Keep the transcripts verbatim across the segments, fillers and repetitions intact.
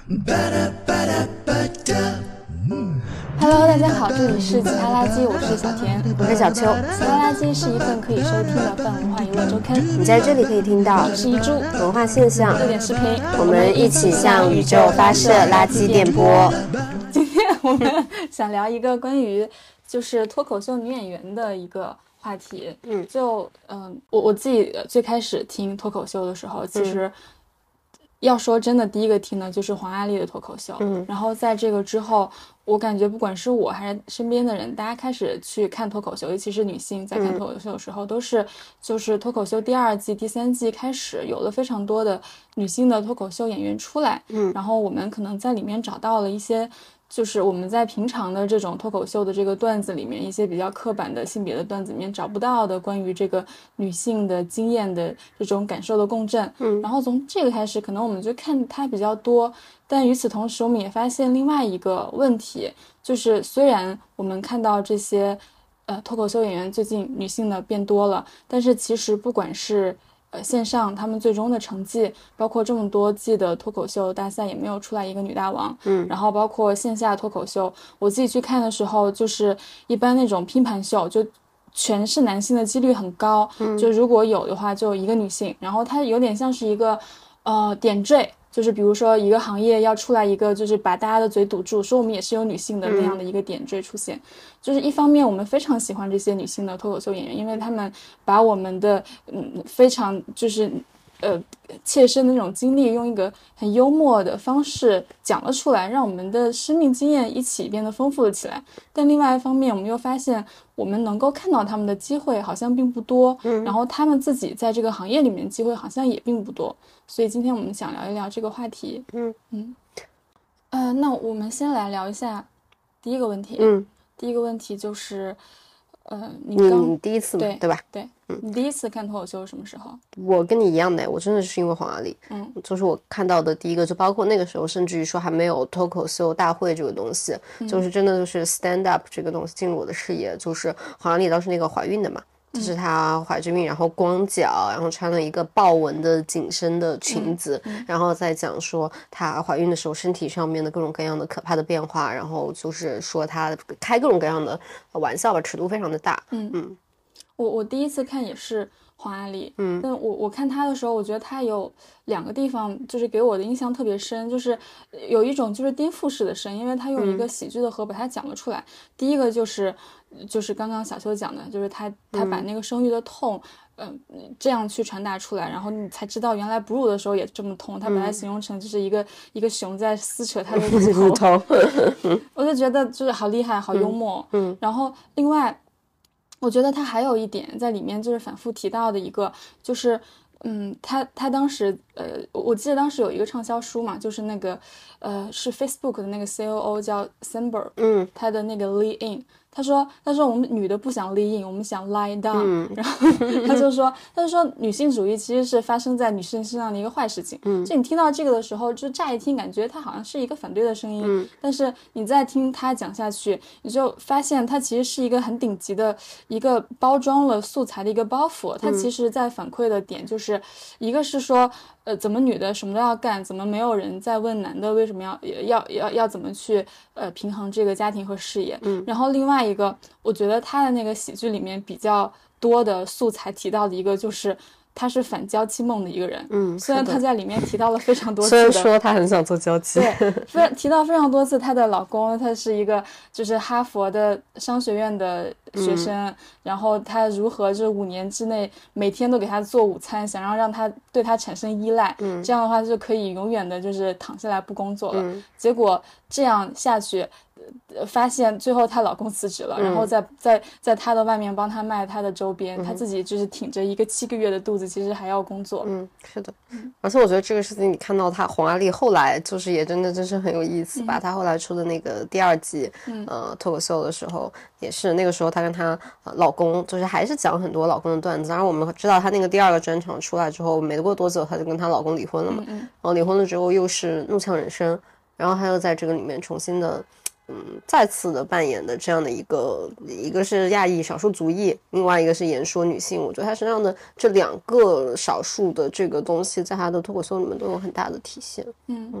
Hello， 大家好，这里是其他垃圾，我是小田， 我是小秋。 其他垃圾是一份可以收听的泛文化娱乐周刊， 你在这里可以听到我是一株文化现象、 热点视频， 我们一起向宇宙发射垃圾电波。 今天我们想聊一个关于就是脱口秀女演员的一个话题。 嗯， 就嗯、呃，我我自己最开始听脱口秀的时候，其实、嗯。要说真的，第一个听的就是黄阿丽的脱口秀。嗯，然后在这个之后，我感觉不管是我还是身边的人，大家开始去看脱口秀，尤其是女性在看脱口秀的时候，嗯、都是就是脱口秀第二季、第三季开始有了非常多的女性的脱口秀演员出来。嗯，然后我们可能在里面找到了一些。就是我们在平常的这种脱口秀的这个段子里面，一些比较刻板的性别的段子里面找不到的关于这个女性的经验的这种感受的共振。嗯，然后从这个开始，可能我们就看它比较多，但与此同时，我们也发现另外一个问题，就是虽然我们看到这些呃脱口秀演员最近女性的变多了，但是其实不管是呃，线上他们最终的成绩，包括这么多季的脱口秀大赛也没有出来一个女大王。嗯，然后包括线下脱口秀，我自己去看的时候，就是一般那种拼盘秀，就全是男性的几率很高。嗯，就如果有的话，就一个女性，然后它有点像是一个呃点缀。就是比如说一个行业要出来一个就是把大家的嘴堵住说我们也是有女性的那样的一个点缀出现、嗯、就是一方面我们非常喜欢这些女性的脱口秀演员，因为他们把我们的嗯非常就是呃切身的那种经历用一个很幽默的方式讲了出来，让我们的生命经验一起变得丰富了起来。但另外一方面我们又发现我们能够看到他们的机会好像并不多、嗯、然后他们自己在这个行业里面机会好像也并不多，所以今天我们想聊一聊这个话题。嗯嗯，呃，那我们先来聊一下第一个问题。嗯，第一个问题就是，呃，你刚你第一次对对吧？ 对，嗯，你第一次看脱口秀是什么时候？ 我跟你一样的，我真的是因为黄阿丽，嗯，就是我看到的第一个，就包括那个时候，甚至于说还没有脱口秀大会这个东西，嗯、就是真的就是 stand up 这个东西进入我的视野，就是黄阿丽当时那个怀孕的嘛。就是她怀着孕，然后光脚，然后穿了一个豹纹的紧身的裙子、嗯嗯、然后再讲说她怀孕的时候身体上面的各种各样的可怕的变化，然后就是说她开各种各样的玩笑吧，尺度非常的大。嗯嗯， 我我第一次看也是黄阿丽，嗯，但我我看她的时候，我觉得她有两个地方就是给我的印象特别深，就是有一种就是颠覆式的深，因为她用一个喜剧的核把它讲了出来、嗯、第一个就是就是刚刚小秋讲的，就是她她把那个生育的痛嗯、呃，这样去传达出来，然后你才知道原来哺乳的时候也这么痛，她把它形容成就是一个、嗯、一个熊在撕扯她的头我就觉得就是好厉害好幽默。 嗯, 嗯，然后另外我觉得他还有一点在里面就是反复提到的一个就是嗯，他他当时呃，我记得当时有一个畅销书嘛，就是那个呃是 Facebook 的那个 C O O 叫 Sandberg， 嗯，他的那个 Lee In， 他说他说我们女的不想 Lee In， 我们想 Lie Down，、嗯、然后他就说他就说女性主义其实是发生在女性身上的一个坏事情。嗯，就你听到这个的时候，就乍一听感觉他好像是一个反对的声音，嗯，但是你再听他讲下去，你就发现他其实是一个很顶级的一个包装了素材的一个包袱。他其实在反馈的点就是、嗯、一个是说呃，怎么女的什么都要干，怎么没有人在问男的为什么要要要要怎么去呃平衡这个家庭和事业。嗯，然后另外一个我觉得他的那个喜剧里面比较多的素材提到的一个就是他是反娇妻梦的一个人。嗯，虽然他在里面提到了非常多次的， 虽然说他很想做娇妻， 对，非提到非常多次她的老公他是一个就是哈佛的商学院的学生、嗯、然后他如何这五年之内每天都给他做午餐，想要让他对他产生依赖、嗯、这样的话就可以永远的就是躺下来不工作了、嗯、结果这样下去发现最后她老公辞职了、嗯、然后在在在她的外面帮她卖她的周边、嗯、她自己就是挺着一个七个月的肚子其实还要工作。 嗯，是的。而且我觉得这个事情你看到她黄阿丽后来就是也真的真是很有意思吧、嗯、她后来出的那个第二季、嗯、呃脱口秀的时候也是那个时候她跟她、呃、老公就是还是讲很多老公的段子，然后我们知道她那个第二个专场出来之后没过多久她就跟她老公离婚了嘛、嗯嗯、然后离婚了之后又是怒呛人生，然后她又在这个里面重新的嗯，再次的扮演的这样的一个，一个是亚裔少数族裔，另外一个是言说女性。我觉得她身上的这两个少数的这个东西，在她的脱口秀里面都有很大的体现。嗯嗯，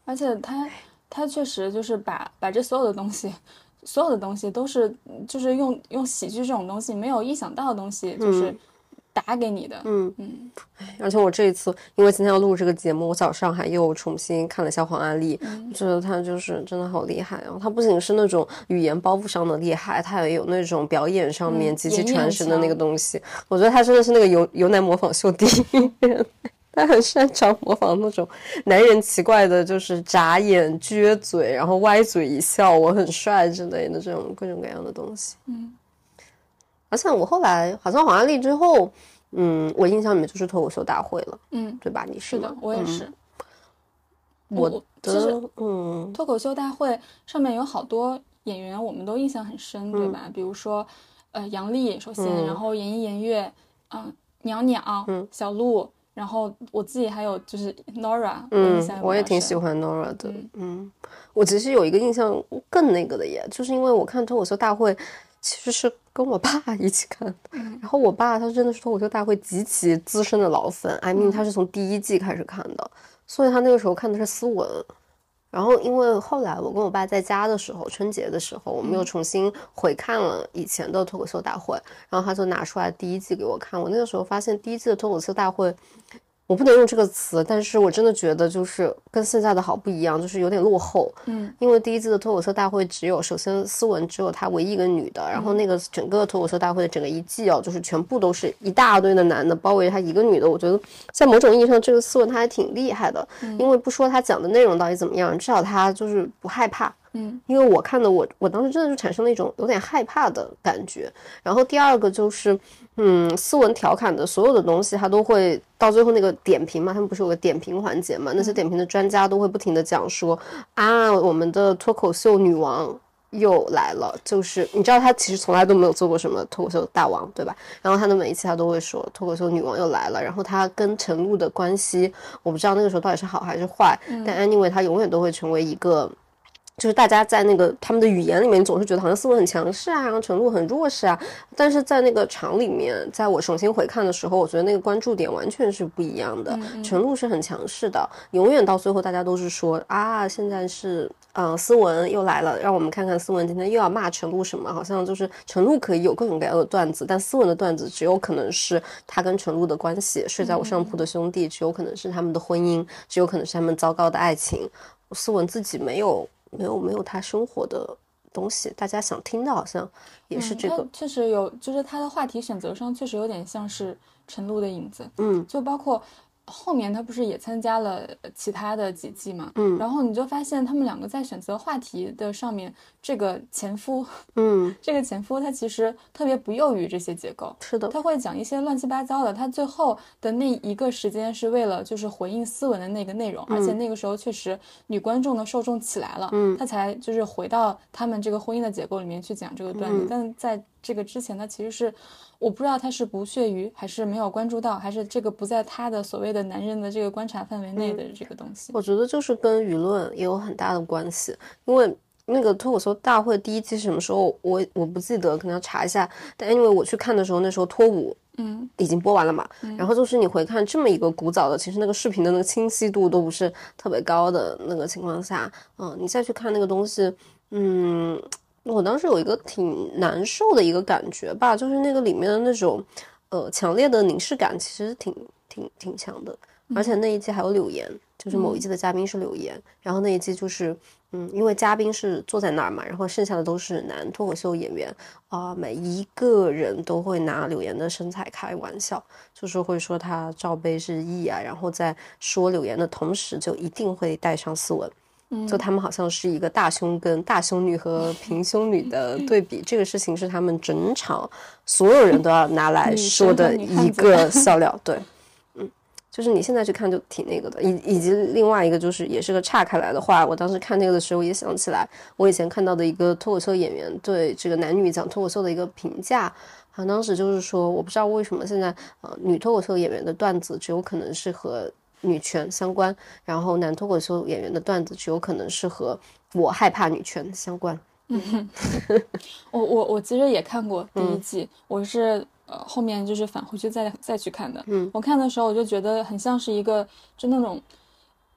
而且他他确实就是把把这所有的东西。所有的东西都是就是用用喜剧这种东西没有意想到的东西就是打给你的。 嗯嗯，而且我这一次因为今天要录这个节目，我早上还又重新看了一下黄安丽，嗯、我觉得他就是真的好厉害啊！他不仅是那种语言包袱上的厉害，他也有那种表演上面极其传神的那个东西。嗯、我觉得他真的是那个有有奶模仿秀第一人。他很擅长模仿那种男人奇怪的，就是眨眼、撅嘴，然后歪嘴一笑，我很帅之类的这种各种各样的东西。 嗯， 而且我后来好像黄安丽之后，嗯，我印象里面就是脱口秀大会了， 嗯， 对吧？你是的，我也是。 嗯、我的其实， 嗯， 脱口秀大会上面有好多演员，我们都印象很深，对吧？ 嗯、 比如说，呃，杨笠首先， 嗯、 然后严艺、严月，嗯、呃，鸟鸟， 嗯， 小鹿。然后我自己还有就是 Nora， 嗯， 我印象我也挺喜欢 Nora 的。嗯, 嗯，我其实有一个印象更那个的耶，就是因为我看脱口秀大会其实是跟我爸一起看的， 嗯、 然后我爸他真的是脱口秀大会极其资深的老粉， I mean 他是从第一季开始看的，嗯、所以他那个时候看的是斯文。然后因为后来我跟我爸在家的时候，春节的时候我们又重新回看了以前的脱口秀大会，然后他就拿出来第一季给我看，我那个时候发现第一季的脱口秀大会，我不能用这个词，但是我真的觉得就是跟现在的好不一样，就是有点落后。 嗯， 因为第一季的脱口秀大会只有首先斯文只有她唯一一个女的，然后那个整个脱口秀大会的整个一季哦，就是全部都是一大堆的男的包围她一个女的。我觉得在某种意义上这个斯文她还挺厉害的， 嗯、 因为不说她讲的内容到底怎么样，至少她就是不害怕。 嗯， 因为我看的我我当时真的就产生了一种有点害怕的感觉。然后第二个就是嗯，斯文调侃的所有的东西他都会到最后那个点评嘛，他们不是有个点评环节嘛，那些点评的专家都会不停的讲说啊，我们的脱口秀女王又来了，就是你知道他其实从来都没有做过什么脱口秀大王，对吧？然后他的每一期他都会说脱口秀女王又来了，然后他跟陈露的关系我不知道那个时候到底是好还是坏， 嗯、 但 anyway 他永远都会成为一个就是大家在那个他们的语言里面总是觉得好像斯文很强势啊，然后陈露很弱势啊，但是在那个场里面，在我重新回看的时候，我觉得那个关注点完全是不一样的。 嗯嗯陈露是很强势的，永远到最后大家都是说啊，现在是嗯、呃、斯文又来了，让我们看看斯文今天又要骂陈露什么，好像就是陈露可以有各种各样的段子，但斯文的段子只有可能是他跟陈露的关系，睡在我上铺的兄弟，只有可能是他们的婚姻，只有可能是他们糟糕的爱情。斯文自己没有没有没有他生活的东西，大家想听的好像也是这个。 嗯、确实有，就是他的话题选择上确实有点像是陈露的影子。 嗯， 就包括后面他不是也参加了其他的几季嘛， 嗯， 然后你就发现他们两个在选择话题的上面，这个前夫， 嗯， 这个前夫他其实特别不囿于这些结构， 是的， 他会讲一些乱七八糟的，他最后的那一个时间是为了就是回应斯文的那个内容， 嗯、 而且那个时候确实女观众的受众起来了， 嗯， 他才就是回到他们这个婚姻的结构里面去讲这个段子， 嗯、 但在这个之前他其实是我不知道他是不屑于还是没有关注到，还是这个不在他的所谓的男人的这个观察范围内的这个东西、 嗯、我觉得就是跟舆论也有很大的关系，因为那个脱口秀大会第一期什么时候我我不记得，可能要查一下，但因为我去看的时候那时候脱五嗯已经播完了嘛、 嗯、 然后就是你回看这么一个古早的，其实那个视频的那个清晰度都不是特别高的那个情况下，嗯，你再去看那个东西，嗯，我当时有一个挺难受的一个感觉吧，就是那个里面的那种呃强烈的凝视感其实挺挺挺强的，而且那一季还有柳岩，就是某一季的嘉宾是柳岩、嗯、然后那一季就是嗯，因为嘉宾是坐在那儿嘛，然后剩下的都是男脱口秀演员啊、呃，每一个人都会拿柳岩的身材开玩笑，就是会说他罩杯是 E 啊，然后在说柳岩的同时就一定会带上斯文，就他们好像是一个大胸跟大胸女和平胸女的对比，这个事情是他们整场所有人都要拿来说的一个笑料，对，嗯，就是你现在去看就挺那个的，以以及另外一个就是也是个岔开来的话，我当时看那个的时候也想起来，我以前看到的一个脱口秀演员对这个男女讲脱口秀的一个评价，好像当时就是说，我不知道为什么现在呃女脱口秀演员的段子只有可能是和女权相关，然后男脱口秀演员的段子只有可能是和我害怕女权相关。 嗯，我我我其实也看过第一季，嗯、我是呃后面就是返回去再再去看的。 嗯， 我看的时候我就觉得很像是一个就那种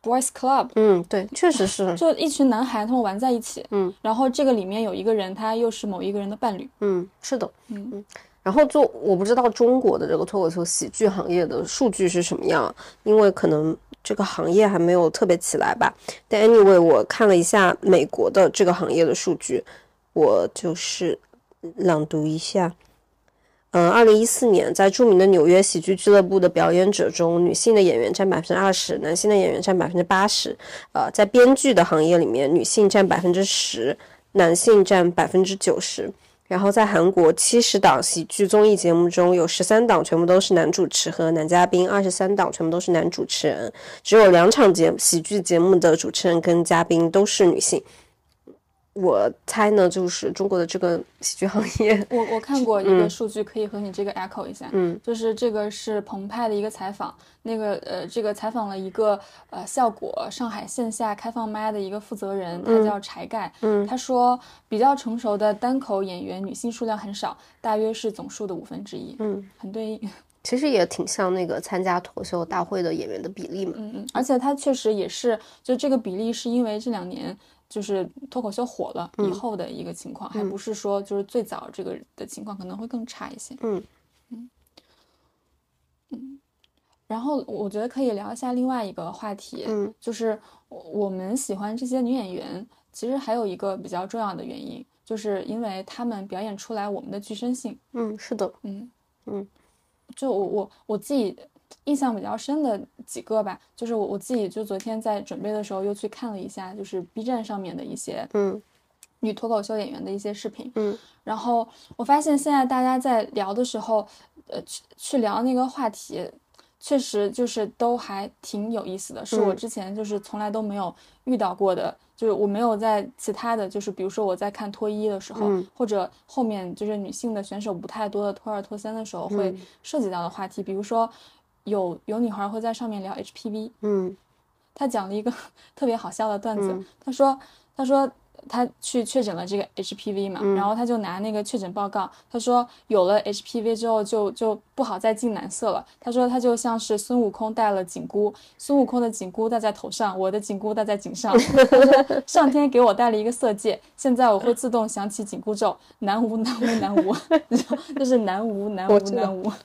boys club。 嗯，对，确实是， 就一群男孩他们玩在一起。 嗯， 然后这个里面有一个人，他又是某一个人的伴侣。 嗯，是的， 嗯嗯。然后就我不知道中国的这个脱口秀喜剧行业的数据是什么样，因为可能这个行业还没有特别起来吧。但 anyway 我看了一下美国的这个行业的数据，我就是朗读一下。嗯，二零一四年，在著名的纽约喜剧俱乐部的表演者中，女性的演员占百分之二十，男性的演员占百分之八十。呃，在编剧的行业里面，女性占百分之十，男性占百分之九十。然后在韩国七十档喜剧综艺节目中，有十三档全部都是男主持和男嘉宾，二十三档全部都是男主持人，只有两场节喜剧节目的主持人跟嘉宾都是女性。我猜呢，就是中国的这个喜剧行业， 我我看过一个数据，可以和你这个 echo 一下， 嗯， 就是这个是澎湃的一个采访，那个呃，这个采访了一个呃效果上海线下开放麦的一个负责人，他叫柴盖， 嗯， 他说比较成熟的单口演员女性数量很少，大约是总数的五分之一， 嗯， 很对应。 其实也挺像那个参加脱口秀大会的演员的比例嘛， 嗯嗯，而且他确实也是，就这个比例是因为这两年。就是脱口秀火了以后的一个情况，嗯、还不是说就是最早这个的情况可能会更差一些。 嗯嗯嗯。然后我觉得可以聊一下另外一个话题， 嗯， 就是我们喜欢这些女演员，其实还有一个比较重要的原因，就是因为她们表演出来我们的具身性。 嗯，是的， 嗯嗯， 就我我我自己。印象比较深的几个吧，就是我我自己就昨天在准备的时候又去看了一下，就是 B 站上面的一些嗯女脱口秀演员的一些视频， 嗯， 然后我发现现在大家在聊的时候，呃，去去聊那个话题，确实就是都还挺有意思的，是我之前就是从来都没有遇到过的。就是我没有在其他的就是比如说我在看脱一的时候、 嗯、 或者后面就是女性的选手不太多的脱二脱三的时候会涉及到的话题、嗯、比如说有有女孩会在上面聊 H P V， 嗯， 她讲了一个特别好笑的段子、 嗯、 她说她说她去确诊了这个 H P V 嘛、嗯、然后她就拿那个确诊报告，她说有了 H P V 之后就就不好再进男色了，她说她就像是孙悟空戴了紧箍，孙悟空的紧箍戴在头上，我的紧箍戴在颈上，她说上天给我戴了一个色戒，现在我会自动想起紧箍咒，南无南无南无就是南无南无南无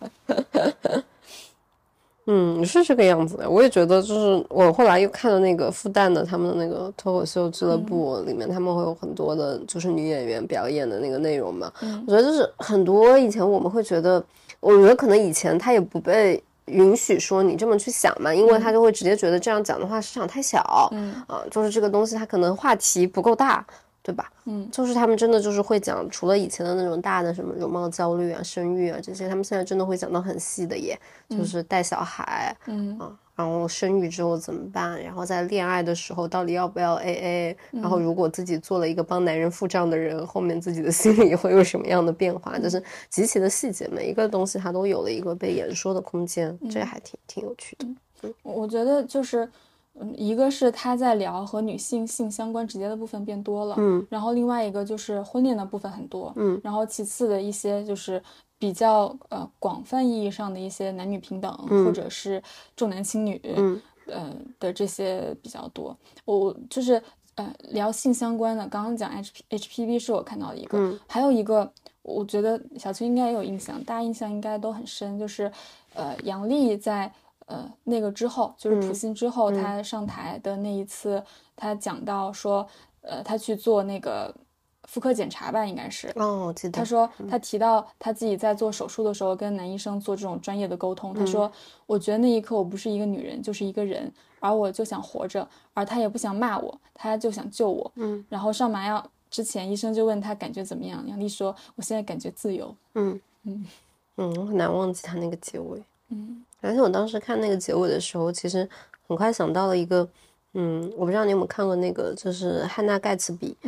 嗯，是这个样子的。我也觉得，就是我后来又看了那个复旦的他们的那个脱口秀俱乐部里面，他们会有很多的就是女演员表演的那个内容嘛。 嗯、 我觉得就是很多以前我们会觉得，我觉得可能以前他也不被允许说你这么去想嘛，因为他就会直接觉得这样讲的话市场太小， 嗯啊，就是这个东西它可能话题不够大。对吧？ 嗯， 就是他们真的就是会讲，除了以前的那种大的什么容貌焦虑啊、生育啊这些，他们现在真的会讲到很细的耶， 嗯、 就是带小孩， 嗯啊，然后生育之后怎么办？然后在恋爱的时候到底要不要 A A？、嗯、然后如果自己做了一个帮男人付账的人，后面自己的心里会有什么样的变化？就是极其的细节，每一个东西它都有了一个被言说的空间， 嗯、 这还挺挺有趣的。 嗯，我觉得就是。嗯，一个是他在聊和女性性相关直接的部分变多了， 嗯， 然后另外一个就是婚恋的部分很多， 嗯， 然后其次的一些就是比较呃广泛意义上的一些男女平等、 嗯、 或者是重男轻女， 嗯， 呃的这些比较多。我就是呃聊性相关的，刚刚讲 H P H P V 是我看到的一个， 嗯， 还有一个我觉得小崔应该也有印象，大家印象应该都很深，就是呃杨笠在。呃，那个之后就是普信之后， 嗯、 他上台的那一次，他讲到说，呃，他去做那个妇科检查吧，应该是。 哦，我记得。 他说他提到他自己在做手术的时候跟男医生做这种专业的沟通， 嗯、 他说，我觉得那一刻我不是一个女人，就是一个人，而我就想活着，而他也不想骂我，他就想救我。 嗯。 然后上麻药之前，医生就问他感觉怎么样，杨笠说，我现在感觉自由。 嗯嗯嗯，很难忘记他那个结尾。 嗯。 而且我当时看那个结尾的时候，其实很快想到了一个，嗯，我不知道你有没有看过那个，就是汉娜盖茨比， 嗯，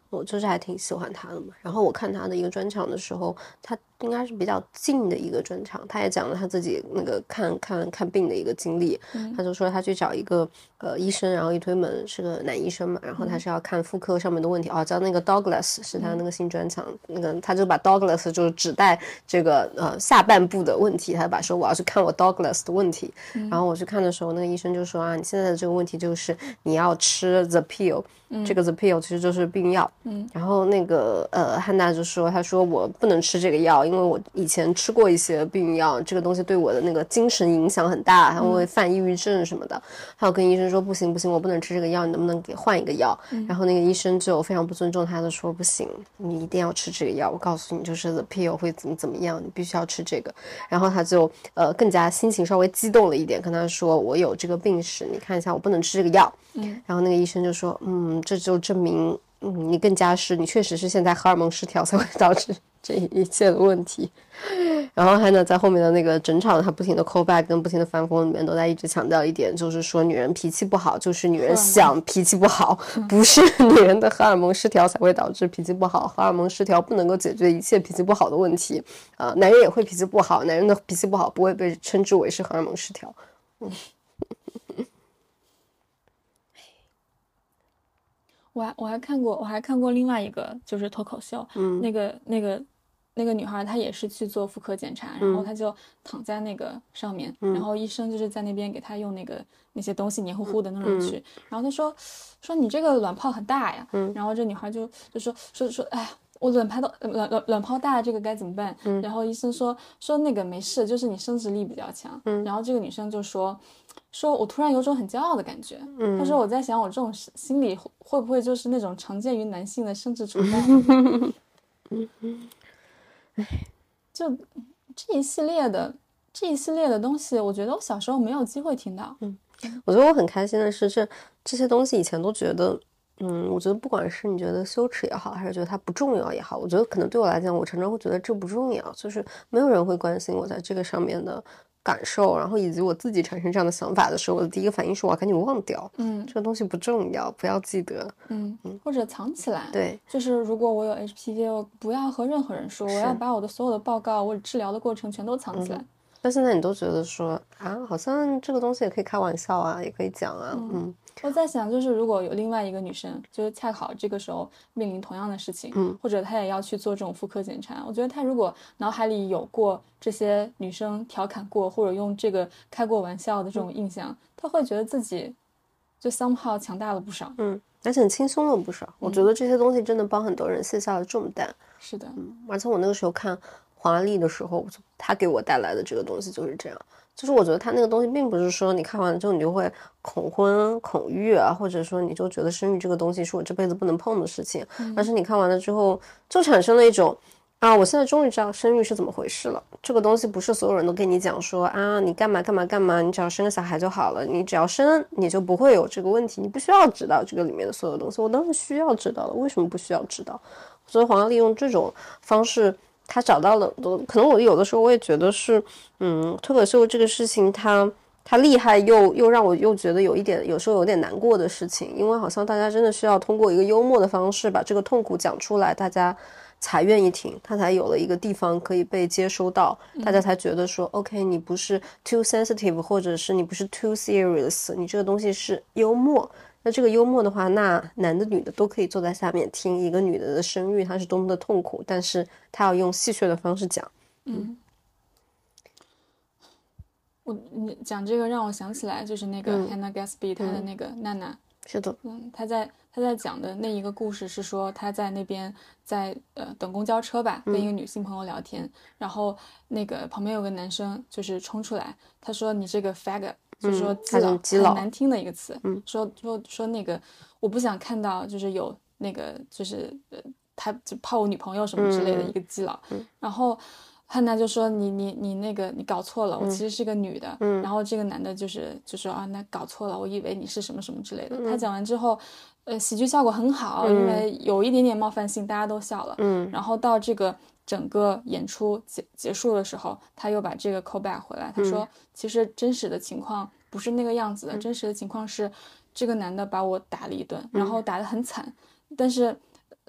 我就是还挺喜欢他的嘛。然后我看他的一个专场的时候，他应该是比较近的一个专场，他也讲了他自己那个看看看病的一个经历。 嗯、 他就说他去找一个呃医生，然后一推门是个男医生嘛，然后他是要看妇科上面的问题。嗯、哦，叫那个 Douglas 是他那个新专场，嗯、那个他就把 Douglas 就是指代这个呃下半部的问题，他就把说我要去看我 Douglas 的问题。嗯、然后我去看的时候，那个医生就说啊，你现在的这个问题就是你要吃 the pill。这个 the pill 其实就是避孕药，嗯，然后那个呃汉娜就说，他说我不能吃这个药，因为我以前吃过一些避孕药，这个东西对我的那个精神影响很大，还会犯抑郁症什么的。还有跟医生说不行不行，我不能吃这个药，你能不能给换一个药？嗯、然后那个医生就非常不尊重他的说，不行，你一定要吃这个药，我告诉你，就是 the pill 会怎么怎么样，你必须要吃这个。然后他就呃更加心情稍微激动了一点，跟他说我有这个病史，你看一下我不能吃这个药。嗯，然后那个医生就说，嗯，这就证明，嗯，你更加是你确实是现在荷尔蒙失调才会导致这一切的问题。然后汉娜在后面的那个整场，他不停的 call back 跟不停的反讽里面都在一直强调一点，就是说女人脾气不好，就是女人想脾气不好，不是女人的荷尔蒙失调才会导致脾气不好，荷尔蒙失调不能够解决一切脾气不好的问题。呃，男人也会脾气不好，男人的脾气不好不会被称之为是荷尔蒙失调。嗯。 我还我还看过我还看过另外一个就是脱口秀，嗯，那个那个那个女孩她也是去做妇科检查，然后她就躺在那个上面，嗯、然后医生就是在那边给她用那个那些东西黏糊糊的弄上去，嗯、然后她说说你这个卵泡很大呀，嗯、然后这女孩就就说说说哎呀。我卵泡都卵卵卵泡大，这个该怎么办？嗯、然后医生说说那个没事，就是你生殖力比较强。嗯、然后这个女生就说说我突然有种很骄傲的感觉。嗯、她说我在想我这种心理会不会就是那种常见于男性的生殖崇拜？就这一系列的这一系列的东西，我觉得我小时候没有机会听到。 嗯，我觉得我很开心的是，这这些东西以前都觉得。嗯，我觉得不管是你觉得羞耻也好，还是觉得它不重要也好，我觉得可能对我来讲，我常常会觉得这不重要，就是没有人会关心我在这个上面的感受，然后以及我自己产生这样的想法的时候，我的第一个反应是我要赶紧忘掉，嗯，这个东西不重要，不要记得， 嗯嗯，或者藏起来， 对， 就是如果我有 H P V， 我不要和任何人说，我要把我的所有的报告，我治疗的过程全都藏起来。嗯， 但现在你都觉得说啊，好像这个东西也可以开玩笑啊，也可以讲啊，嗯。嗯， 我在想，就是如果有另外一个女生，就是恰好这个时候面临同样的事情，嗯，或者她也要去做这种妇科检查，我觉得她如果脑海里有过这些女生调侃过或者用这个开过玩笑的这种印象，嗯、她会觉得自己就 somehow 强大了不少， 嗯，而且很轻松了不少。嗯、我觉得这些东西真的帮很多人卸下了重担。 是的， 嗯，而且我那个时候看黄安丽的时候，她给我带来的这个东西就是这样。就是我觉得他那个东西并不是说你看完了之后你就会恐婚恐育啊，或者说你就觉得生育这个东西是我这辈子不能碰的事情，嗯、而是你看完了之后就产生了一种啊，我现在终于知道生育是怎么回事了。这个东西不是所有人都跟你讲说啊，你干嘛干嘛干嘛，你只要生个小孩就好了，你只要生你就不会有这个问题，你不需要知道这个里面的所有东西。我当然需要知道了，为什么不需要知道？所以黄安利用这种方式。他找到了，可能我有的时候我也觉得是，嗯，脱口秀这个事情他，他厉害又又让我又觉得有一点，有时候有点难过的事情，因为好像大家真的需要通过一个幽默的方式把这个痛苦讲出来，大家才愿意听，他才有了一个地方可以被接收到，大家才觉得说、嗯、OK， 你不是 too sensitive， 或者是你不是 too serious， 你这个东西是幽默。那这个幽默的话，那男的女的都可以坐在下面听一个女的的生育，她是多么的痛苦，但是她要用戏谑的方式讲。 嗯，我你讲这个让我想起来，就是那个 Hannah Gatsby、嗯、她的那个娜娜、嗯， 是的， 嗯，她在她在讲的那一个故事是说，她在那边在呃等公交车吧，跟一个女性朋友聊天，嗯、然后那个旁边有个男生就是冲出来，他说你这个 faggot。就是说基佬很难听的一个词，嗯、说说说那个我不想看到就是有那个就是呃他就泡我女朋友什么之类的一个基佬，嗯、然后汉娜就说你你你那个你搞错了，我其实是个女的，嗯、然后这个男的就是就说啊那搞错了，我以为你是什么什么之类的。嗯、他讲完之后，呃喜剧效果很好，嗯、因为有一点点冒犯性，大家都笑了。嗯，然后到这个。整个演出结结束的时候，他又把这个 call back 回来。他说，其实真实的情况不是那个样子的，嗯、真实的情况是，这个男的把我打了一顿，然后打得很惨，但是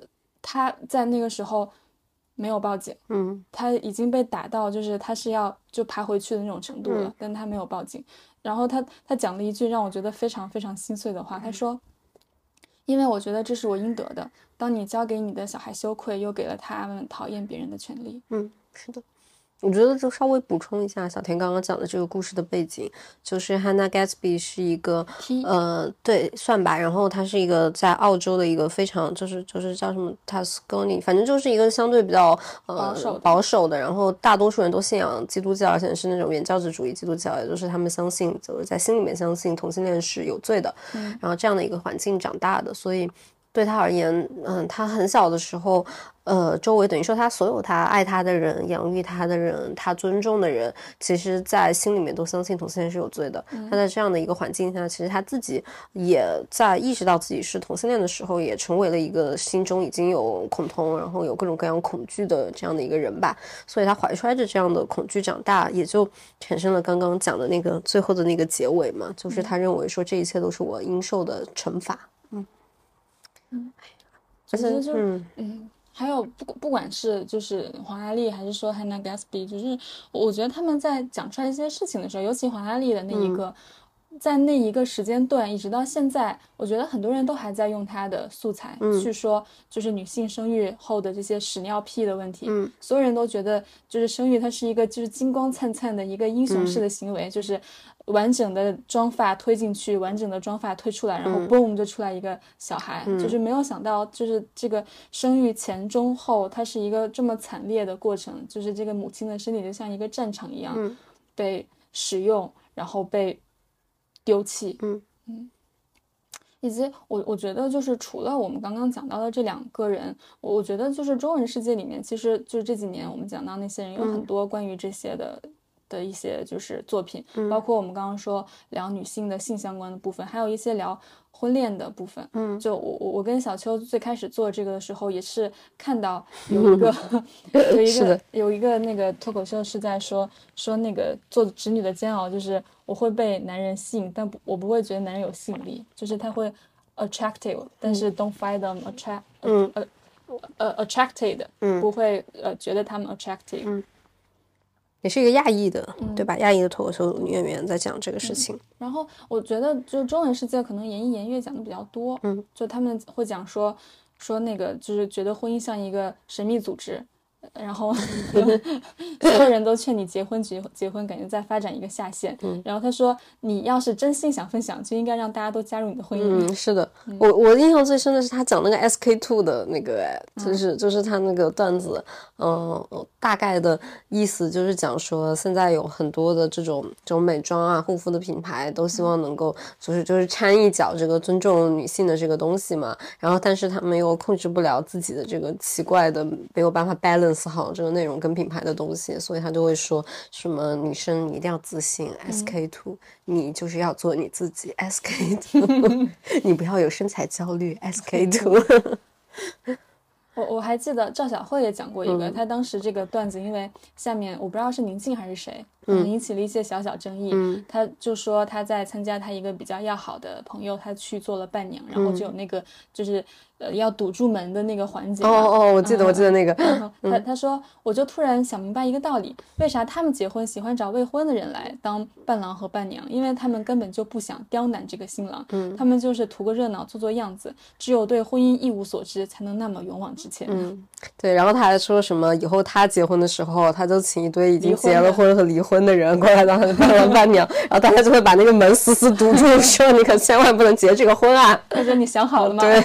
他在那个时候没有报警， 嗯， 他已经被打到就是他是要就爬回去的那种程度了，嗯、但他没有报警。然后他他讲了一句让我觉得非常非常心碎的话，他说，因为我觉得这是我应得的，当你教给你的小孩羞愧，又给了他们讨厌别人的权利。 嗯，是的。我觉得就稍微补充一下小田刚刚讲的这个故事的背景，就是 Hannah Gatsby 是一个呃，对，算吧，然后他是一个在澳洲的一个非常就是就是叫什么 Tasconi， 反正就是一个相对比较呃保守的保守的，然后大多数人都信仰基督教，而且是那种原教旨主义基督教，也就是他们相信就是在心里面相信同性恋是有罪的， 嗯， 然后这样的一个环境长大的，所以对他而言，嗯，他很小的时候，呃，周围等于说他所有他爱他的人、养育他的人、他尊重的人，其实在心里面都相信同性恋是有罪的。 嗯、 他在这样的一个环境下，其实他自己也在意识到自己是同性恋的时候，也成为了一个心中已经有恐同，然后有各种各样恐惧的这样的一个人吧。所以他怀揣着这样的恐惧长大，也就产生了刚刚讲的那个最后的那个结尾嘛，就是他认为说这一切都是我应受的惩罚。嗯。 嗯，其实就嗯嗯，还有不不管是就是黄阿丽还是说 Hannah Gatsby， 就是我觉得他们在讲出来这些事情的时候，尤其黄阿丽的那一个、嗯，在那一个时间段一直到现在，我觉得很多人都还在用她的素材、嗯、去说就是女性生育后的这些屎尿屁的问题，嗯，所有人都觉得就是生育它是一个就是金光灿灿的一个英雄式的行为，嗯、就是完整的妆发推进去，完整的妆发推出来，然后 boom 就出来一个小孩、嗯、就是没有想到就是这个生育前中后它是一个这么惨烈的过程，就是这个母亲的身体就像一个战场一样、嗯、被使用然后被丢弃。 嗯嗯，以及我我觉得就是除了我们刚刚讲到的这两个人，我觉得就是中文世界里面其实就是这几年我们讲到那些人有很多关于这些的、嗯的一些就是作品、嗯、包括我们刚刚说聊女性的性相关的部分，还有一些聊婚恋的部分。 嗯， 就我我跟小秋最开始做这个的时候，也是看到有一个、嗯、有一个有一个那个脱口秀是在说说那个做直女的煎熬，就是我会被男人吸引，但不我不会觉得男人有吸引力，就是他会 attractive，、嗯、但是 don't find them attract 嗯呃呃 attracted， 嗯， 不会呃觉得他们 attractive。 嗯，也是一个亚裔的、嗯、对吧，亚裔的脱口秀女演员在讲这个事情、嗯、 然后我觉得就中文世界可能言一言月讲的比较多， 嗯， 就他们会讲说说那个就是觉得婚姻像一个神秘组织，然后所有人都劝你结婚结结婚，感觉在发展一个下线、嗯、然后他说你要是真心想分享，就应该让大家都加入你的婚姻。 嗯，是的、嗯、我我印象最深的是他讲那个 S K two 的那个就是、嗯、就是他那个段子，嗯、呃，大概的意思就是讲说现在有很多的这种这种美妆啊护肤的品牌都希望能够就是就是掺一脚这个尊重女性的这个东西嘛，然后但是他们又控制不了自己的这个奇怪的没有办法 balance好这个内容跟品牌的东西，所以他就会说什么女生你一定要自信、嗯、S K two 你就是要做你自己 S K two 你不要有身材焦虑 S K two 我我还记得赵小慧也讲过一个、嗯、他当时这个段子因为下面我不知道是宁静还是谁嗯，引起了一些小小争议、嗯、他就说他在参加他一个比较要好的朋友他去做了伴娘、嗯、然后就有那个就是呃要堵住门的那个环节。 哦哦，我记得、嗯、我记得那个他、嗯、他说我就突然想明白一个道理，为啥他们结婚喜欢找未婚的人来当伴郎和伴娘，因为他们根本就不想刁难这个新郎、嗯、他们就是图个热闹做做样子，只有对婚姻一无所知才能那么勇往直前。 嗯，对，然后他还说什么以后他结婚的时候他就请一堆已经结了婚和离婚的人过来当他的伴郎伴娘然后大家就会把那个门死死堵住说你可千万不能结这个婚啊。 他说你想好了吗？ 对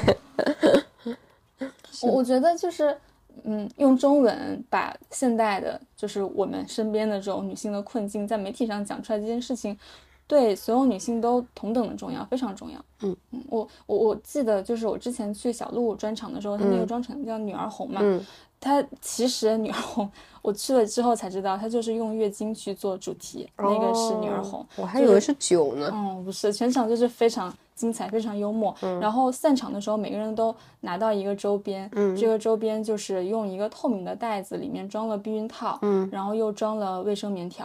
我我觉得就是嗯，用中文把现代的就是我们身边的这种女性的困境在媒体上讲出来，这件事情对所有女性都同等的重要，非常重要。 嗯嗯，我我我记得就是我之前去小鹿专场的时候，他那个专场叫女儿红嘛， 嗯， 他其实女儿红我去了之后才知道他就是用月经去做主题、哦、那个是女儿红， 我还以为是酒呢。 嗯，不是，全场就是非常精彩非常幽默、嗯、然后散场的时候每个人都拿到一个周边、嗯、这个周边就是用一个透明的袋子里面装了避孕套、嗯、然后又装了卫生棉条，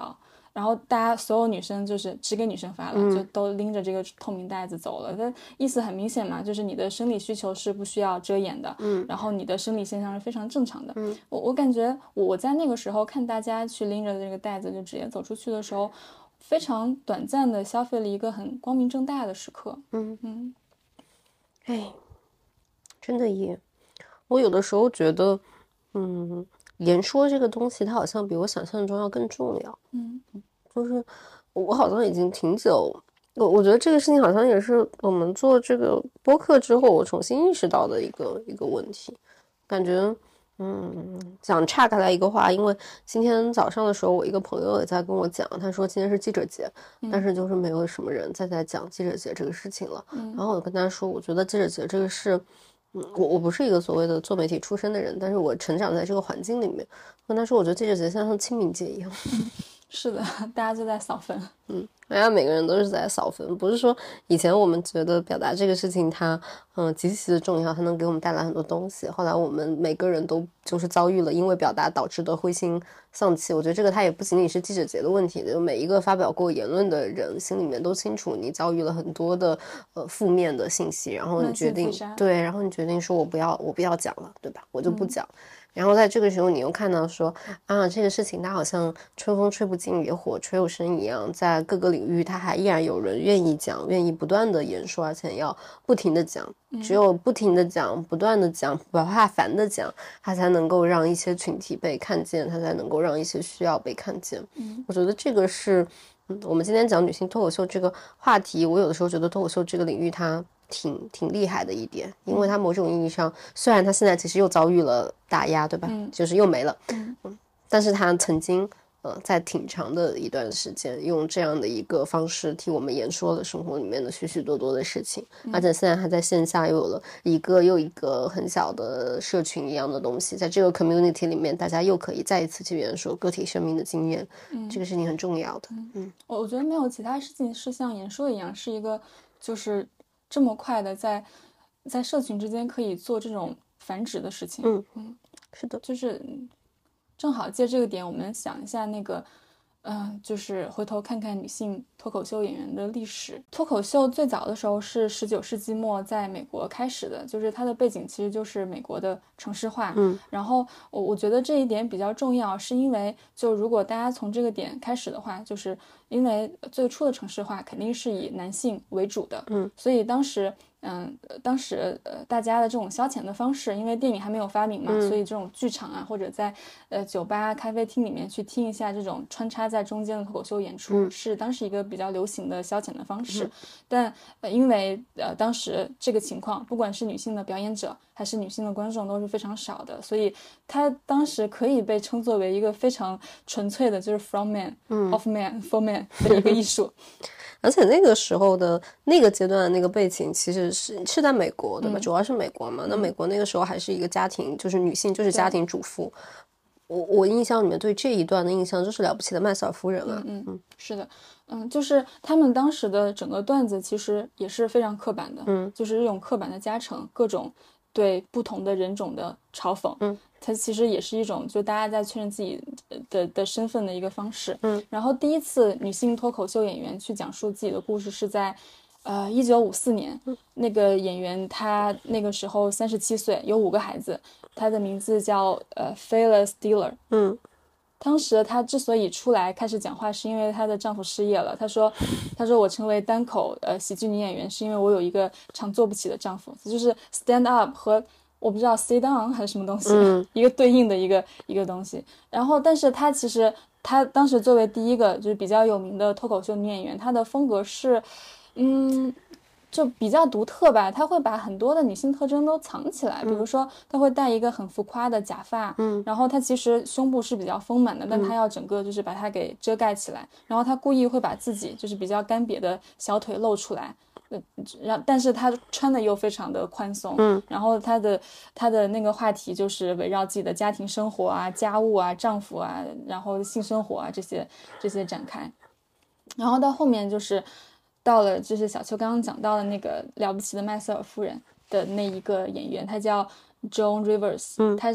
然后大家所有女生就是只给女生发了， 嗯、 就都拎着这个透明袋子走了。它意思很明显嘛，就是你的生理需求是不需要遮掩的， 嗯， 然后你的生理现象是非常正常的。 嗯， 我我感觉我在那个时候看大家去拎着这个袋子就直接走出去的时候，非常短暂的消费了一个很光明正大的时刻。 嗯嗯， 哎，真的耶，我有的时候觉得，嗯。言说这个东西它好像比我想象中要更重要。 嗯， 就是我好像已经挺久，我我觉得这个事情好像也是我们做这个播客之后我重新意识到的一个一个问题。感觉嗯，想岔开来一个话，因为今天早上的时候我一个朋友也在跟我讲，他说今天是记者节、嗯、但是就是没有什么人再在讲记者节这个事情了、嗯、然后我跟他说，我觉得记者节这个事嗯，我我不是一个所谓的做媒体出身的人，但是我成长在这个环境里面。跟他说，我觉得记者节像像清明节一样。 嗯、是的，大家就在扫坟。 嗯，大家每个人都是在扫坟，不是说以前我们觉得表达这个事情它嗯极其的重要，它能给我们带来很多东西。后来我们每个人都就是遭遇了因为表达导致的灰心丧气。我觉得这个它也不仅仅是记者节的问题，就每一个发表过言论的人心里面都清楚，你遭遇了很多的呃负面的信息，然后你决定对，然后你决定说我不要我不要讲了，对吧？我就不讲。嗯，然后在这个时候你又看到说啊，这个事情它好像春风吹不尽野火吹又生一样，在各个领域它还依然有人愿意讲，愿意不断的言说，而且要不停的讲，只有不停的讲，不断的讲，不怕烦的讲，它才能够让一些群体被看见，它才能够让一些需要被看见。 嗯， 我觉得这个是嗯，我们今天讲女性脱口秀这个话题，我有的时候觉得脱口秀这个领域它挺挺厉害的一点，因为它某种意义上，虽然它现在其实又遭遇了打压，对吧？ 嗯， 就是又没了。 嗯， 嗯，但是它曾经呃在挺长的一段时间用这样的一个方式替我们言说了生活里面的许许多多的事情， 嗯， 而且现在还在线下又有了一个又一个很小的社群一样的东西，在这个 community 里面大家又可以再一次去言说个体生命的经验。嗯，这个事情很重要的。 嗯，嗯我我觉得没有其他事情是像言说一样是一个就是这么快的在在社群之间可以做这种繁殖的事情。 嗯嗯， 是的， 就是正好借这个点我们想一下那个嗯、呃，就是回头看看女性脱口秀演员的历史。脱口秀最早的时候是十九世纪末在美国开始的，就是它的背景其实就是美国的城市化。 嗯， 然后我我觉得这一点比较重要，是因为就如果大家从这个点开始的话，就是因为最初的城市化肯定是以男性为主的。 嗯， 所以当时嗯，当时呃大家的这种消遣的方式，因为电影还没有发明嘛， 嗯、 所以这种剧场啊，或者在呃酒吧、咖啡厅里面去听一下这种穿插在中间的脱口秀演出， 嗯、 是当时一个比较流行的消遣的方式。 嗯、 但呃因为呃当时这个情况，不管是女性的表演者还是女性的观众都是非常少的，所以它当时可以被称作为一个非常纯粹的，就是 from man、 嗯、 of man for man 的一个艺术。 而且那个时候的那个阶段的那个背景其实是是在美国，对吧？ 嗯、 主要是美国嘛。那美国那个时候还是一个家庭，就是女性就是家庭主妇。我我印象里面对这一段的印象就是了不起的麦瑟尔夫人啊。 嗯嗯，是的，嗯，就是他们当时的整个段子其实也是非常刻板的， 嗯， 就是这种刻板的加成，各种对不同的人种的嘲讽， 嗯， 它其实也是一种就大家在确认自己的的身份的一个方式。 嗯， 然后第一次女性脱口秀演员去讲述自己的故事是在呃一九五四年， 嗯， 那个演员她那个时候三十七岁，有五个孩子，她的名字叫呃 Phyllis Diller。 嗯， 当时她之所以出来开始讲话，是因为她的丈夫失业了。她说：“她说我成为单口呃喜剧女演员，是因为我有一个常做不起的丈夫。”就是 stand up 和我不知道 sit down 还是什么东西， 嗯、 一个对应的一个一个东西。然后，但是她其实她当时作为第一个就是比较有名的脱口秀女演员，她的风格是，嗯。就比较独特吧，她会把很多的女性特征都藏起来，比如说她会戴一个很浮夸的假发， 嗯， 然后她其实胸部是比较丰满的，但她要整个就是把它给遮盖起来，然后她故意会把自己就是比较干瘪的小腿露出来，呃，然但是她穿的又非常的宽松， 嗯， 然后她的她的那个话题就是围绕自己的家庭生活啊、家务啊、丈夫啊，然后性生活啊这些这些展开，然后到后面就是。到了就是小邱刚刚讲到的那个了不起的麦瑟尔夫人的那一个演员，她叫 Joan Rivers， 嗯， 她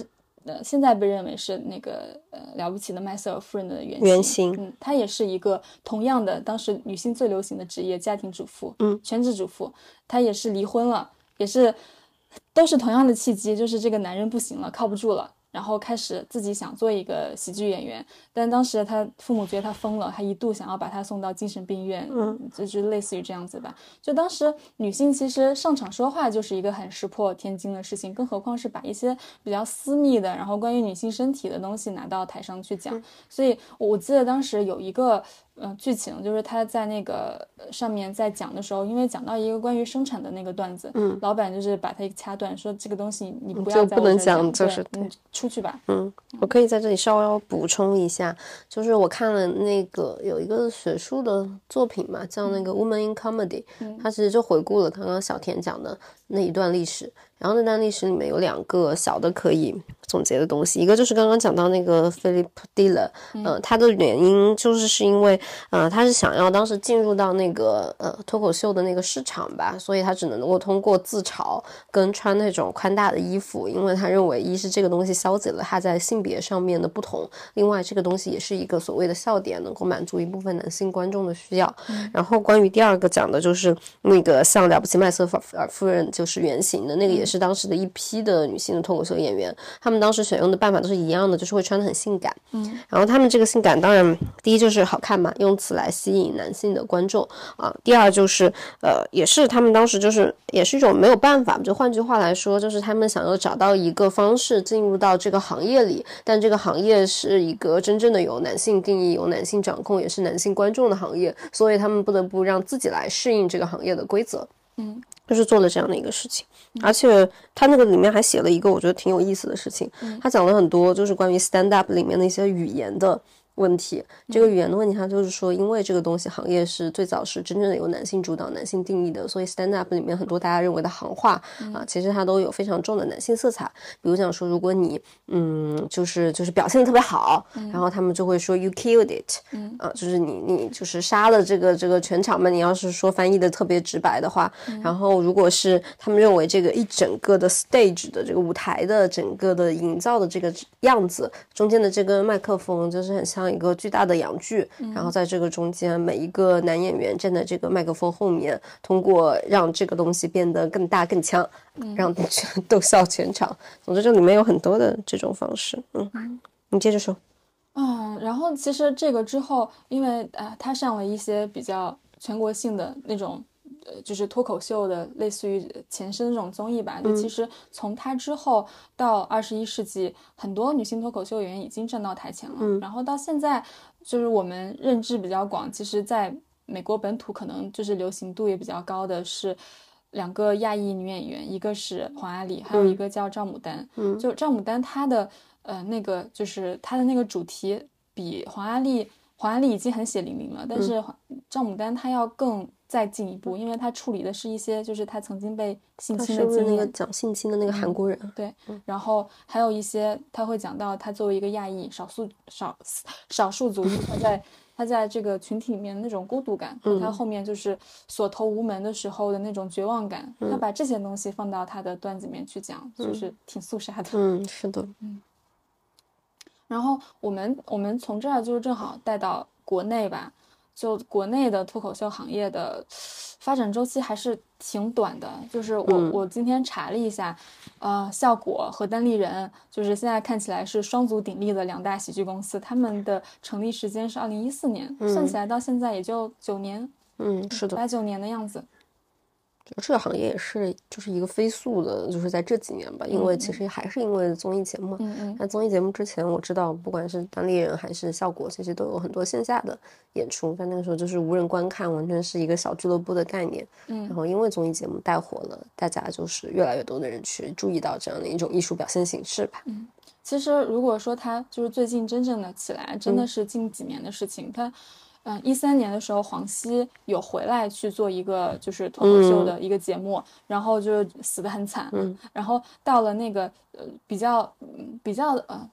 呃现在被认为是那个呃了不起的麦瑟尔夫人的原型。 原型， 嗯，她也是一个同样的当时女性最流行的职业，家庭主妇， 嗯， 全职主妇。她也是离婚了，也是都是同样的契机，就是这个男人不行了，靠不住了。然后开始自己想做一个喜剧演员，但当时他父母觉得他疯了，还一度想要把他送到精神病院， 嗯， 就是类似于这样子吧。就当时女性其实上场说话就是一个很石破天惊的事情，更何况是把一些比较私密的，然后关于女性身体的东西拿到台上去讲。嗯、所以我记得当时有一个呃剧情，就是他在那个上面在讲的时候，因为讲到一个关于生产的那个段子， 嗯， 老板就是把他掐断，说这个东西你不要在就不能讲， 就是你出去吧。 嗯，我可以在这里稍微补充一下，就是我看了那个有一个学术的作品嘛，叫那个 Woman in Comedy， 嗯， 它其实就回顾了刚刚小田讲的那一段历史。然后那段历史里面有两个小的可以总结的东西，一个就是刚刚讲到那个 Philip Diller， 呃，他的原因就是是因为，呃，他是想要当时进入到那个呃脱口秀的那个市场吧，所以他只能够通过自嘲跟穿那种宽大的衣服，因为他认为一是这个东西消解了他在性别上面的不同，另外这个东西也是一个所谓的笑点，能够满足一部分男性观众的需要。 嗯、 然后关于第二个讲的就是那个像了不起麦瑟尔夫人就是原型的那个也。是当时的一批的女性的脱口秀演员，他们当时选用的办法都是一样的，就是会穿得很性感。 嗯， 然后他们这个性感，当然第一就是好看嘛，用此来吸引男性的观众啊。第二就是呃，也是他们当时就是也是一种没有办法，就换句话来说，就是他们想要找到一个方式进入到这个行业里，但这个行业是一个真正的由男性定义、由男性掌控，也是男性观众的行业，所以他们不得不让自己来适应这个行业的规则。 嗯。 就是做了这样的一个事情，而且他那个里面还写了一个我觉得挺有意思的事情，他讲了很多就是关于 stand up 里面的一些语言的问题。这个语言的问题，它就是说，因为这个东西行业是最早是真正的由男性主导、男性定义的，所以 stand up 里面很多大家认为的行话啊，其实它都有非常重的男性色彩。比如讲说，如果你嗯，就是就是表现的特别好，然后他们就会说 you killed it， 啊，就是你你就是杀了这个这个全场嘛。你要是说翻译的特别直白的话，然后如果是他们认为这个一整个的 stage 的这个舞台的整个的营造的这个样子，中间的这个麦克风就是很像一个巨大的阳具，然后在这个中间每一个男演员站在这个麦克风后面，通过让这个东西变得更大更强，让逗笑全场。总之这里面有很多的这种方式。嗯，你接着说。 嗯，然后其实这个之后，因为啊、呃，他上了一些比较全国性的那种呃，就是脱口秀的类似于前身这种综艺吧。就其实从他之后到二十一世纪，很多女性脱口秀演员已经站到台前了。 嗯， 然后到现在，就是我们认知比较广，其实在美国本土可能就是流行度也比较高的是两个亚裔女演员，一个是黄阿丽，还有一个叫赵牡丹。 嗯， 就赵牡丹她的呃那个就是她的那个主题比黄阿丽黄阿丽已经很血淋淋了，但是赵牡丹她要更再进一步，因为她处理的是一些就是她曾经被性侵的经验， 那个讲性侵的那个韩国人、 嗯、对、嗯，然后还有一些她会讲到她作为一个亚裔少数少少数族裔，她在她在这个群体里面那种孤独感，和她后面就是所投无门的时候的那种绝望感，她、嗯、把这些东西放到她的段子里面去讲，嗯、就是挺肃杀的。 嗯，是的， 嗯。然后我们我们从这儿就是正好带到国内吧，就国内的脱口秀行业的发展周期还是挺短的。就是我、嗯、我今天查了一下，呃，笑果和单立人就是现在看起来是双足鼎立的两大喜剧公司，他们的成立时间是二零一四年、嗯，算起来到现在也就九年， 嗯，是的， 八九年的样子。 这个行业也是就是一个飞速的，就是在这几年吧，因为其实还是因为综艺节目。 嗯嗯。 那综艺节目之前，我知道不管是单立人还是效果，其实都有很多线下的演出，但那个时候就是无人观看，完全是一个小俱乐部的概念。 嗯。 然后因为综艺节目带火了，大家就是越来越多的人去注意到这样的一种艺术表现形式吧。 嗯，其实如果说它就是最近真正的起来，真的是近几年的事情。它。嗯，一三年的时候，黄西有回来去做一个就是脱口秀的一个节目，嗯、然后就死得很惨。 嗯， 然后到了那个呃比较比较呃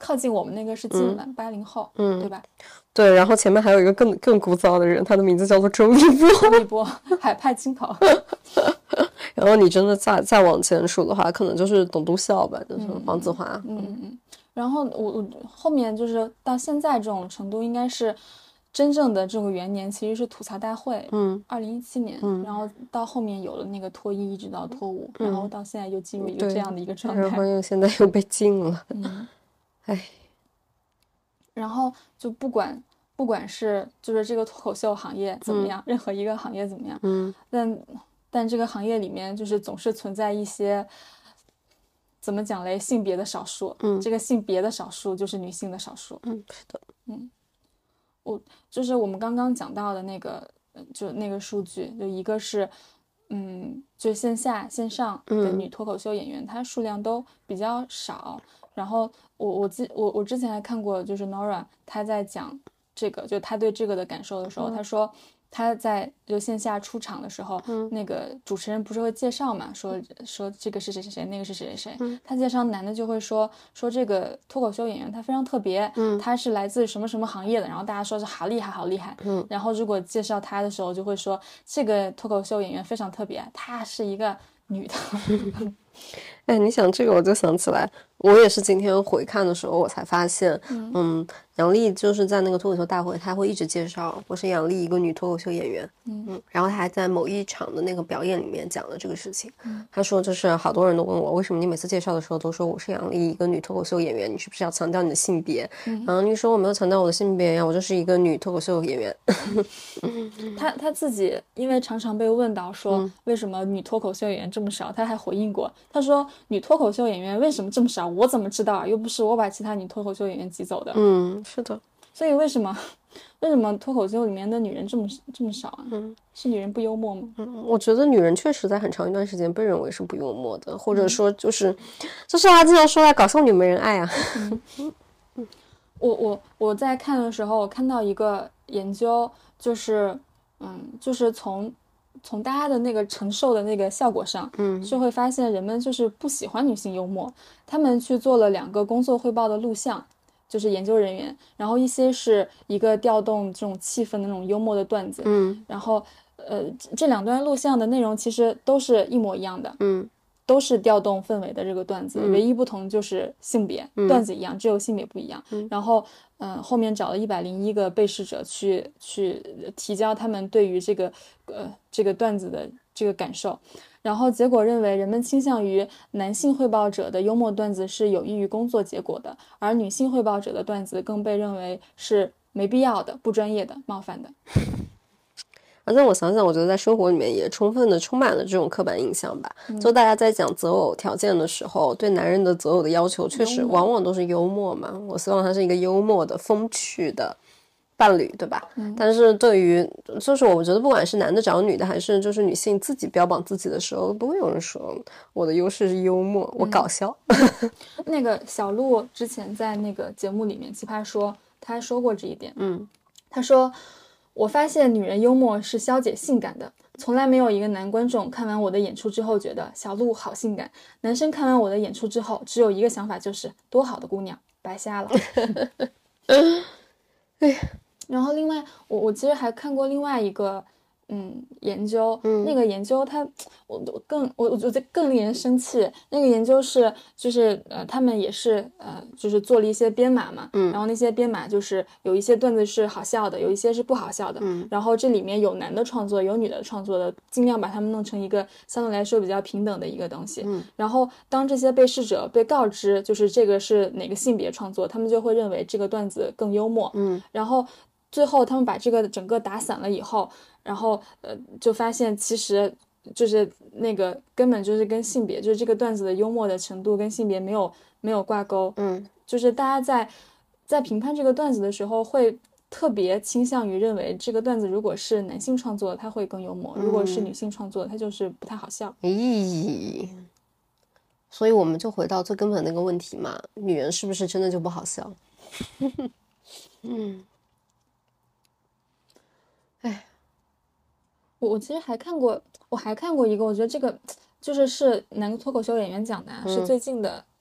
靠近我们那个是近了八零后， 嗯， 对吧？ 对，然后前面还有一个更更古早的人，他的名字叫做周立波。 周立波，海派青头。 然后你真的再再往前数的话，可能就是董都孝吧，就是黄子华。 嗯嗯嗯。然后我我后面就是到现在这种程度，应该是真正的这个元年其实是吐槽大会， 嗯， 二零一七年， 嗯， 然后到后面有了那个脱一，一直到脱五，嗯，然后到现在又进入一个这样的一个状态， 然后又现在又被禁了， 嗯， 哎。 然后就不管不管是就是这个脱口秀行业怎么样，嗯、任何一个行业怎么样， 嗯， 但但这个行业里面就是总是存在一些怎么讲嘞，性别的少数， 嗯， 这个性别的少数就是女性的少数， 嗯，是的， 嗯，我就是我们刚刚讲到的那个就那个数据，就一个是嗯，就线下线上的女脱口秀演员，嗯、她数量都比较少。然后我我记我我之前还看过，就是 Nora 她在讲这个，就她对这个的感受的时候，她、嗯、说她在就线下出场的时候，嗯、那个主持人不是会介绍嘛，说说这个是谁谁谁，那个是谁谁谁，嗯、他介绍男的就会说说这个脱口秀演员他非常特别，嗯，他是来自什么什么行业的，然后大家说是好厉害好厉害，嗯，然后如果介绍他的时候就会说这个脱口秀演员非常特别，她是一个女的。 哎，你想这个我就想起来，我也是今天回看的时候我才发现，嗯，嗯杨笠就是在那个脱口秀大会，他会一直介绍我是杨笠一个女脱口秀演员，嗯嗯，然后他还在某一场的那个表演里面讲了这个事情，嗯，他说就是好多人都问我，为什么你每次介绍的时候都说我是杨笠一个女脱口秀演员，你是不是要强调你的性别？嗯，然后你说我没有强调我的性别呀，我就是一个女脱口秀演员。 他他自己因为常常被问到说、嗯、为什么女脱口秀演员这么少，他还回应过，他说女脱口秀演员为什么这么少，我怎么知道啊，又不是我把其他女脱口秀演员挤走的。 嗯，是的。 所以为什么为什么脱口秀里面的女人这么这么少啊？ 嗯， 是女人不幽默吗？ 嗯，我觉得女人确实在很长一段时间被认为是不幽默的，或者说就是、嗯、就是他经常说的搞笑女没人爱啊。 嗯嗯、我我我在看的时候，我看到一个研究，就是嗯，就是从从大家的那个承受的那个效果上，嗯，就会发现人们就是不喜欢女性幽默。他们去做了两个工作汇报的录像。就是研究人员，然后一些是一个调动这种气氛的那种幽默的段子， 嗯， 然后呃这两段录像的内容其实都是一模一样的， 嗯， 都是调动氛围的这个段子，嗯、唯一不同就是性别， 嗯、 段子一样，只有性别不一样。 嗯、 然后嗯、呃、后面找了一百零一个被试者去去提交他们对于这个呃这个段子的这个感受。然后结果认为人们倾向于男性汇报者的幽默段子是有益于工作结果的，而女性汇报者的段子更被认为是没必要的、不专业的、冒犯的。 而且我想想，我觉得在生活里面也充分的充满了这种刻板印象吧。嗯、就大家在讲择偶条件的时候，对男人的择偶的要求确实往往都是幽默嘛。我希望他是一个幽默的、风趣的伴侣，对吧？ 嗯、 但是对于就是我觉得不管是男的找女的还是就是女性自己标榜自己的时候，不会有人说我的优势是幽默，我搞笑。 嗯、那个小鹿之前在那个节目里面奇葩说他说过这一点， 嗯， 他说我发现女人幽默是消解性感的，从来没有一个男观众看完我的演出之后觉得小鹿好性感，男生看完我的演出之后只有一个想法，就是多好的姑娘，白瞎了。 哎然后另外我我其实还看过另外一个嗯研究， 嗯那个研究它我更我我觉得更令人生气。那个研究是就是呃他们也是呃就是做了一些编码嘛， 嗯然后那些编码就是有一些段子是好笑的，有一些是不好笑的， 嗯然后这里面有男的创作有女的创作的，尽量把他们弄成一个相对来说比较平等的一个东西。 嗯然后当这些被试者被告知就是这个是哪个性别创作，他们就会认为这个段子更幽默。 嗯然后最后他们把这个整个打散了以后，然后呃就发现其实就是那个根本就是跟性别，就是这个段子的幽默的程度跟性别没有没有挂钩。 嗯， 就是大家在在评判这个段子的时候会特别倾向于认为这个段子如果是男性创作的它会更幽默，如果是女性创作的它就是不太好笑。 咦、嗯，所以我们就回到最根本的那个问题嘛，女人是不是真的就不好笑？嗯。哎， 我我其实还看过，我还看过一个，我觉得这个就是是男脱口秀演员讲的，嗯、是最近的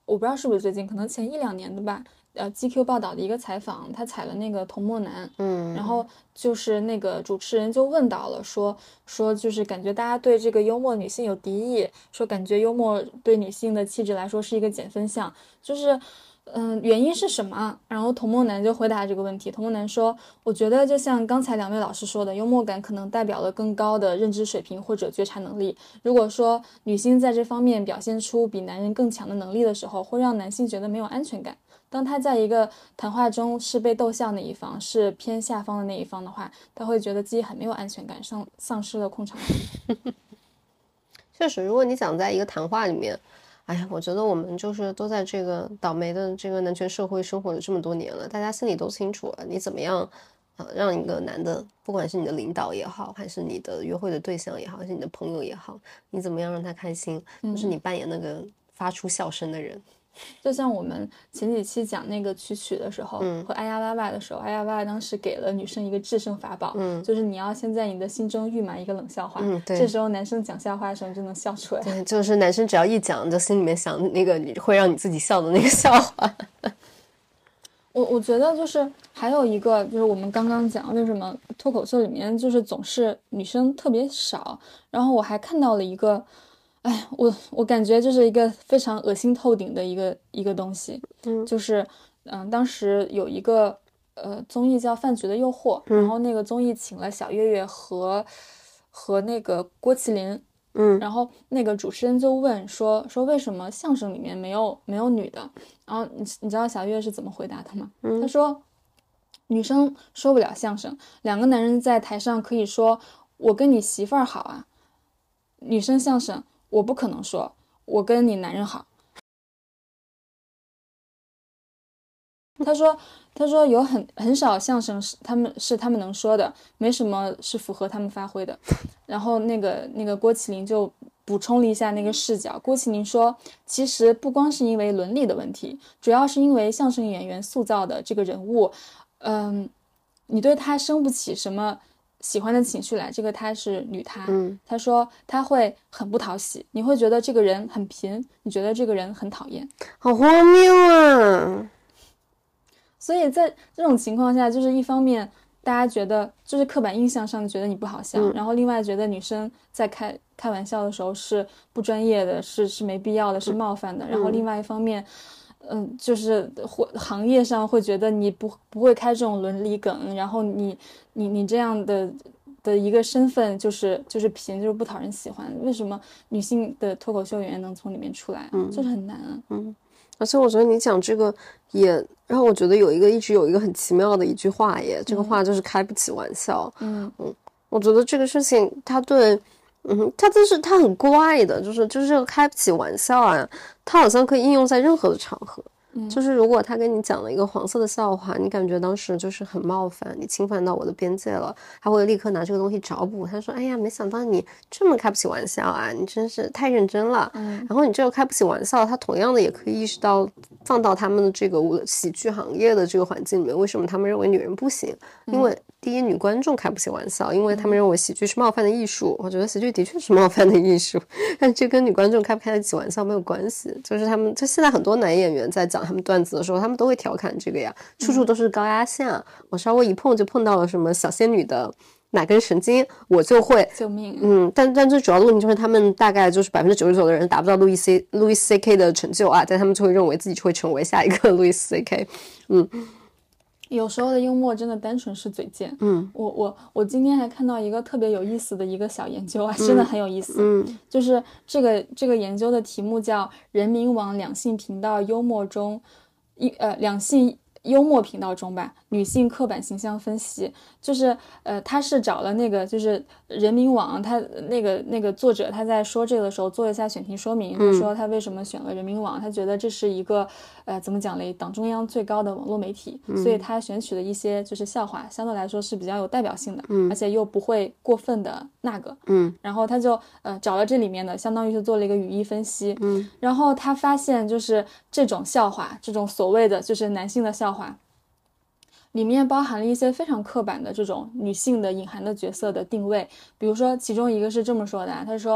我不知道是不是最近，可能前一两年的吧。呃 G Q 报道的一个采访，他采了那个童漠男， 嗯， 然后就是那个主持人就问到了，说说就是感觉大家对这个幽默女性有敌意，说感觉幽默对女性的气质来说是一个减分项，就是嗯、呃，原因是什么？然后童漠男就回答这个问题，童漠男说，我觉得就像刚才两位老师说的，幽默感可能代表了更高的认知水平或者觉察能力。如果说女性在这方面表现出比男人更强的能力的时候，会让男性觉得没有安全感。当他在一个谈话中是被逗笑那一方，是偏下方的那一方的话，他会觉得自己很没有安全感，丧丧失了控场力。 确实，如果你想在一个谈话里面，哎呀，我觉得我们就是都在这个倒霉的这个男权社会生活了这么多年了，大家心里都清楚了，你怎么样，呃，让一个男的，不管是你的领导也好，还是你的约会的对象也好，还是你的朋友也好，你怎么样让他开心，就是你扮演那个发出笑声的人。 就像我们前几期讲那个曲曲的时候， 嗯、 和哎呀哇哇的时候，哎呀哇哇当时给了女生一个制胜法宝， 嗯， 就是你要先在你的心中预满一个冷笑话， 嗯，对， 这时候男生讲笑话的时候你就能笑出来。 对，就是男生只要一讲，就心里面想那个会让你自己笑的那个笑话。 我我觉得就是还有一个就是我们刚刚讲为什么脱口秀里面就是总是女生特别少，然后我还看到了一个。哎，我我感觉这是一个非常恶心透顶的一个一个东西， 嗯， 就是嗯，当时有一个呃综艺叫《饭局的诱惑》， 嗯， 然后那个综艺请了小岳岳和和那个郭麒麟， 嗯， 然后那个主持人就问说说为什么相声里面没有没有女的，然后你你知道小岳是怎么回答他吗？ 嗯， 他说女生说不了相声，两个男人在台上可以说我跟你媳妇儿好啊，女生相声。我不可能说我跟你男人好。他说他说有很很少相声是他们是他们能说的，没什么是符合他们发挥的。然后那个那个郭麒麟就补充了一下那个视角，郭麒麟说其实不光是因为伦理的问题，主要是因为相声演员塑造的这个人物嗯，你对他生不起什么喜欢的情绪来，这个她是女她， 嗯， 她说她会很不讨喜，你会觉得这个人很贫，你觉得这个人很讨厌， 好荒谬啊！ 所以在这种情况下，就是一方面大家觉得就是刻板印象上觉得你不好笑， 嗯、 然后另外觉得女生在开开玩笑的时候是不专业的，是是没必要的，是冒犯的， 嗯、 然后另外一方面。嗯，就是会行业上会觉得你不不会开这种伦理梗，然后你你你这样的的一个身份就是就是贫，就是不讨人喜欢。为什么女性的脱口秀演员能从里面出来？嗯，就是很难啊。 嗯，而且我觉得你讲这个也让我觉得有一个一直有一个很奇妙的一句话耶，这个话就是开不起玩笑。 嗯嗯，我觉得这个事情它对。嗯，它就是它很怪的，就是就是这个开不起玩笑啊，它好像可以应用在任何的场合。 嗯， 就是如果他跟你讲了一个黄色的笑话，你感觉当时就是很冒犯，你侵犯到我的边界了，他会立刻拿这个东西找补。他说：“哎呀，没想到你这么开不起玩笑啊，你真是太认真了。” 嗯， 然后你这个开不起玩笑，他同样的也可以意识到放到他们的这个喜剧行业的这个环境里面，为什么他们认为女人不行？因为第一，女观众开不起玩笑，因为他们认为喜剧是冒犯的艺术。我觉得喜剧的确是冒犯的艺术，但这跟女观众开不开得起玩笑没有关系。就是他们，就现在很多男演员在讲他们段子的时候，他们都会调侃这个呀，处处都是高压线啊。我稍微一碰就碰到了什么小仙女的哪根神经，我就会救命。 嗯，但但最主要的问题就是他们大概就是百分之九十九的人达不到路易 C 路易 C K 的成就啊，但他们就会认为自己就会成为下一个路易 C K。嗯。 有时候的幽默真的单纯是嘴贱。 嗯， 我我我今天还看到一个特别有意思的一个小研究啊，真的很有意思。 嗯， 就是这个这个研究的题目叫“人民网两性频道幽默中一呃两性幽默频道中吧，女性刻板形象分析”。就是呃，他是找了那个就是人民网，他那个那个作者他在说这个的时候做了一下选题说明，就说他为什么选了人民网，他觉得这是一个呃怎么讲嘞，党中央最高的网络媒体，所以他选取的一些就是笑话相对来说是比较有代表性的，而且又不会过分的那个， 嗯， 然后他就呃找了这里面的，相当于是做了一个语义分析， 嗯， 然后他发现就是这种笑话，这种所谓的就是男性的笑话。里面包含了一些非常刻板的这种女性的隐含的角色的定位，比如说其中一个是这么说的啊，他说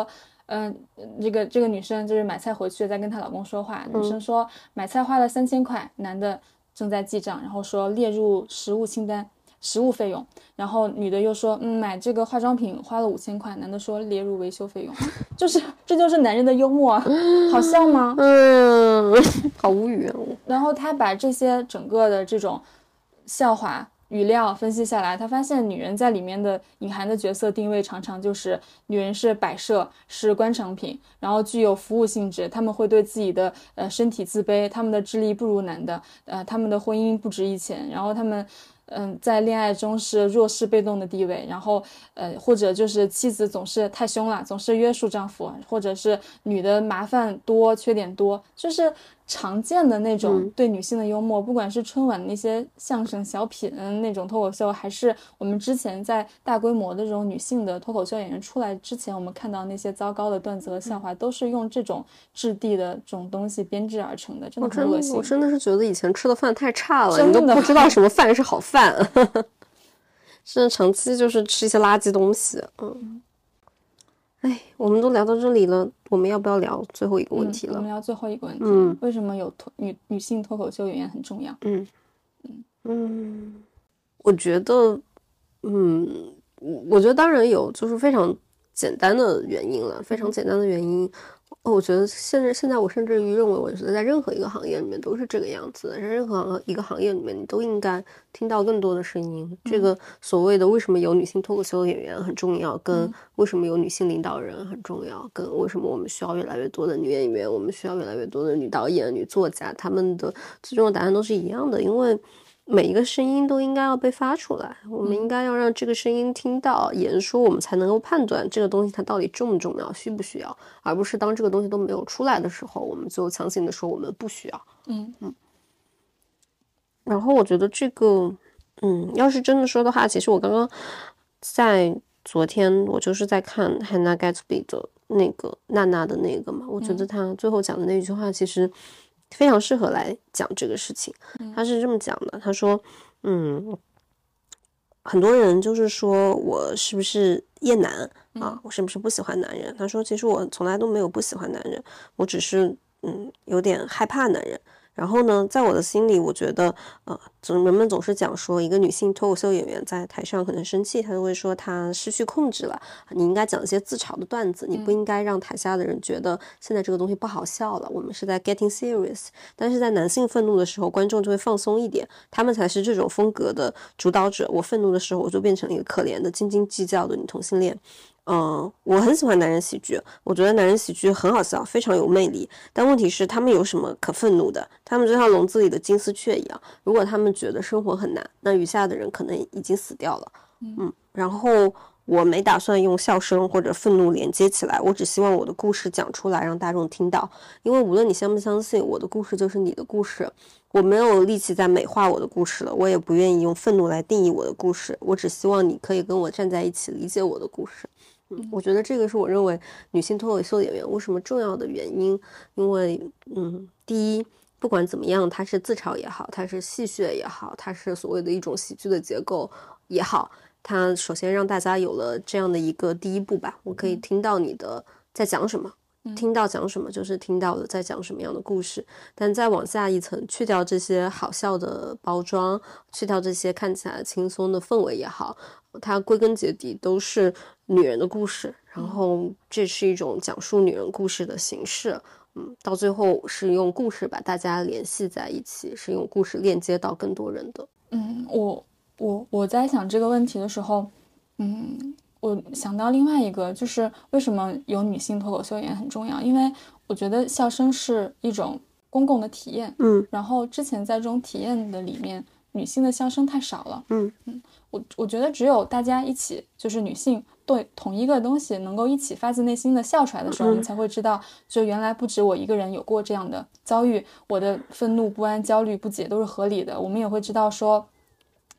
嗯、呃，这个这个女生就是买菜回去在跟她老公说话，女生说买菜花了三千块，男的正在记账，然后说列入食物清单。食物费用，然后女的又说，嗯，买这个化妆品花了五千块，男的说列入维修费用，就是这就是男人的幽默啊，好笑吗？ 嗯，好无语啊。 然后他把这些整个的这种笑话语料分析下来，他发现女人在里面的隐含的角色定位常常就是女人是摆设，是观赏品，然后具有服务性质，他们会对自己的呃身体自卑，他们的智力不如男的，呃，他们的婚姻不值一钱，然后他们。嗯，在恋爱中是弱势被动的地位，然后呃，或者就是妻子总是太凶了，总是约束丈夫，或者是女的麻烦多，缺点多，就是常见的那种对女性的幽默，嗯、不管是春晚那些相声小品那种脱口秀，还是我们之前在大规模的这种女性的脱口秀演员出来之前，我们看到那些糟糕的段子和笑话，嗯、都是用这种质地的这种东西编织而成的，真的很恶心。 我真的是觉得以前吃的饭太差了，你都不知道什么饭是好饭。真的长期就是吃一些垃圾东西。嗯，哎，我们都聊到这里了，我们要不要聊最后一个问题了？ 嗯、我们聊最后一个问题。 嗯， 为什么有女女性脱口秀演员很重要？ 嗯嗯嗯，我觉得，嗯，我觉得当然有，就是非常简单的原因了，非常简单的原因。哦，我觉得现在现在我甚至于认为，我觉得在任何一个行业里面都是这个样子的，在任何一个行业里面，你都应该听到更多的声音。嗯、这个所谓的为什么有女性脱口秀演员很重要，跟为什么有女性领导人很重要，跟为什么我们需要越来越多的女演员，我们需要越来越多的女导演、女作家，他们的最终的答案都是一样的，因为每一个声音都应该要被发出来，我们应该要让这个声音听到言说，我们才能够判断这个东西它到底重不重要，需不需要，而不是当这个东西都没有出来的时候，我们就强行的说我们不需要。 嗯嗯。 然后我觉得这个，嗯，要是真的说的话，其实我刚刚在昨天我就是在看 Hannah Gatsby 的那个娜娜的那个嘛，我觉得她最后讲的那句话其实非常适合来讲这个事情。他是这么讲的，他说嗯，很多人就是说我是不是厌男啊，我是不是不喜欢男人，他说其实我从来都没有不喜欢男人，我只是嗯有点害怕男人。然后呢，在我的心里，我觉得，呃，总人们总是讲说，一个女性脱口秀演员在台上可能生气，她就会说她失去控制了。你应该讲一些自嘲的段子，你不应该让台下的人觉得现在这个东西不好笑了，我们是在 getting serious。但是在男性愤怒的时候，观众就会放松一点，他们才是这种风格的主导者。我愤怒的时候，我就变成了一个可怜的、斤斤计较的女同性恋。嗯，我很喜欢男人喜剧，我觉得男人喜剧很好笑，非常有魅力。但问题是，他们有什么可愤怒的？他们就像笼子里的金丝雀一样，如果他们觉得生活很难，那余下的人可能已经死掉了。嗯，然后我没打算用笑声或者愤怒连接起来，我只希望我的故事讲出来，让大众听到。因为无论你相不相信，我的故事就是你的故事。我没有力气在美化我的故事了，我也不愿意用愤怒来定义我的故事，我只希望你可以跟我站在一起，理解我的故事。嗯，我觉得这个是我认为女性脱口秀演员为什么重要的原因，因为嗯，第一，不管怎么样，它是自嘲也好，它是戏谑也好，它是所谓的一种喜剧的结构也好，它首先让大家有了这样的一个第一步吧，我可以听到你的在讲什么，听到讲什么就是听到了在讲什么样的故事。但再往下一层，去掉这些好笑的包装，去掉这些看起来轻松的氛围也好，它归根结底都是女人的故事，然后这是一种讲述女人故事的形式。嗯，到最后是用故事把大家联系在一起，是用故事链接到更多人的。 嗯，我我我在想这个问题的时候，嗯，我想到另外一个，就是为什么有女性脱口秀演员很重要？因为我觉得笑声是一种公共的体验， 嗯， 然后之前在这种体验的里面，女性的笑声太少了， 嗯嗯，我我觉得只有大家一起，就是女性对同一个东西能够一起发自内心的笑出来的时候， 嗯、 你才会知道，就原来不止我一个人有过这样的遭遇，我的愤怒、不安、焦虑、不解都是合理的。我们也会知道说，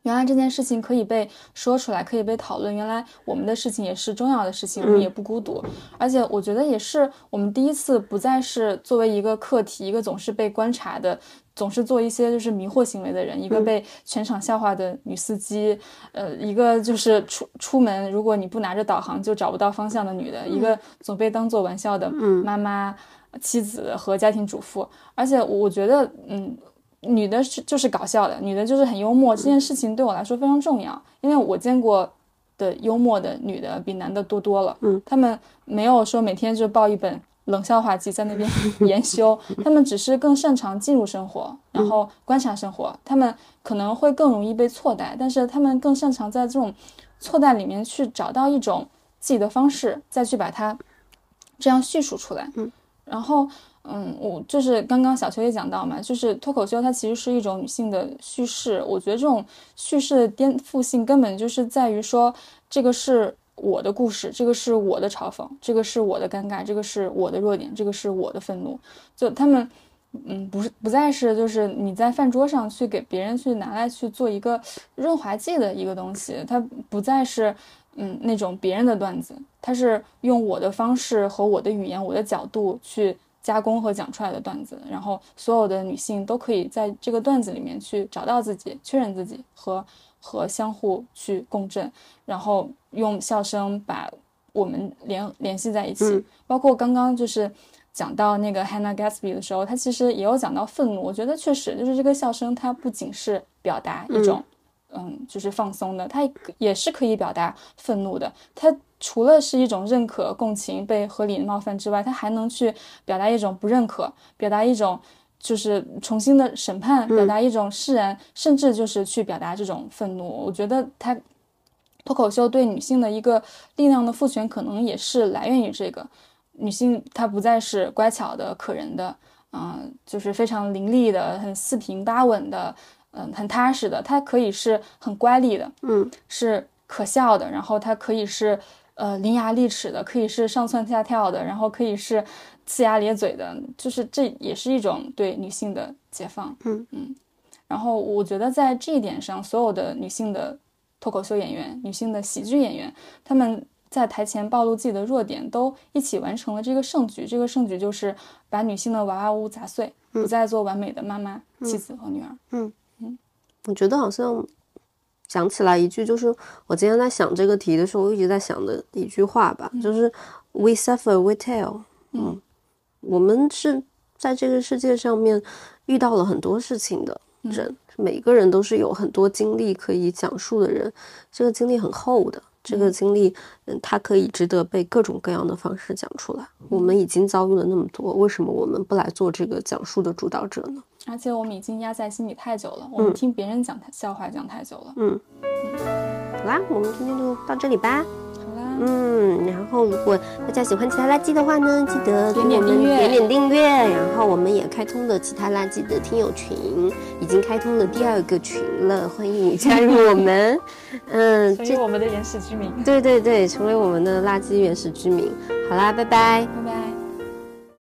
原来这件事情可以被说出来，可以被讨论，原来我们的事情也是重要的事情，我们也不孤独、嗯、而且我觉得也是我们第一次不再是作为一个课题，一个总是被观察的，总是做一些就是迷惑行为的人，一个被全场笑话的女司机、嗯、呃，一个就是出出门如果你不拿着导航就找不到方向的女的、嗯、一个总被当作玩笑的妈妈、嗯、妻子和家庭主妇。而且我觉得嗯女的是就是搞笑的，女的就是很幽默，这件事情对我来说非常重要，因为我见过的幽默的女的比男的多多了。嗯，他们没有说每天就抱一本冷笑话集在那边研修，他们只是更擅长进入生活，然后观察生活，他们可能会更容易被错待，但是他们更擅长在这种错待里面去找到一种自己的方式，再去把它这样叙述出来。嗯，然后嗯，我就是刚刚小秋也讲到嘛，就是脱口秀它其实是一种女性的叙事，我觉得这种叙事的颠覆性根本就是在于说，这个是我的故事，这个是我的嘲讽，这个是我的尴尬，这个是我的弱点，这个是我的愤怒。就他们嗯，不是不再是就是你在饭桌上去给别人去拿来去做一个润滑剂的一个东西，它不再是嗯那种别人的段子，它是用我的方式和我的语言我的角度去加工和讲出来的段子，然后所有的女性都可以在这个段子里面去找到自己，确认自己和和相互去共振，然后用笑声把我们联联系在一起、嗯、包括刚刚就是讲到那个 Hannah Gatsby 的时候，他其实也有讲到愤怒，我觉得确实就是这个笑声它不仅是表达一种 嗯, 嗯就是放松的，它也是可以表达愤怒的，它除了是一种认可共情被合理冒犯之外，它还能去表达一种不认可，表达一种就是重新的审判，表达一种释然、嗯、甚至就是去表达这种愤怒。我觉得它脱口秀对女性的一个力量的赋权可能也是来源于这个，女性她不再是乖巧的可人的嗯、呃，就是非常伶俐的很四平八稳的嗯、呃，很踏实的，她可以是很乖戾的，嗯，是可笑的，然后她可以是呃，伶牙俐齿的，可以是上蹿下跳的，然后可以是呲牙咧嘴的，就是这也是一种对女性的解放。嗯嗯，然后我觉得在这一点上，所有的女性的脱口秀演员、女性的喜剧演员，她们在台前暴露自己的弱点，都一起完成了这个盛举。这个盛举就是把女性的娃娃屋砸碎，不再做完美的妈妈、嗯、妻子和女儿。 嗯嗯，我觉得好像想起来一句，就是我今天在想这个题的时候，我一直在想的一句话吧，嗯、就是 We suffer, we tell。嗯，我们是在这个世界上面遇到了很多事情的人，嗯、每个人都是有很多经历可以讲述的人，这个经历很厚的，这个经历，嗯，它可以值得被各种各样的方式讲出来。嗯、我们已经遭遇了那么多，为什么我们不来做这个讲述的主导者呢？ 而且我们已经压在心里太久了，我们听别人讲笑话讲太久了。嗯， 嗯好啦，我们今天就到这里吧。 好啦， 嗯，然后如果大家喜欢其他垃圾的话呢，记得给我们点点订阅， 点点订阅。然后我们也开通了其他垃圾的听友群，已经开通了第二个群了，欢迎你加入我们。嗯， 成为我们的原始居民。 对对对，成为我们的垃圾原始居民。好啦，拜拜， 拜拜。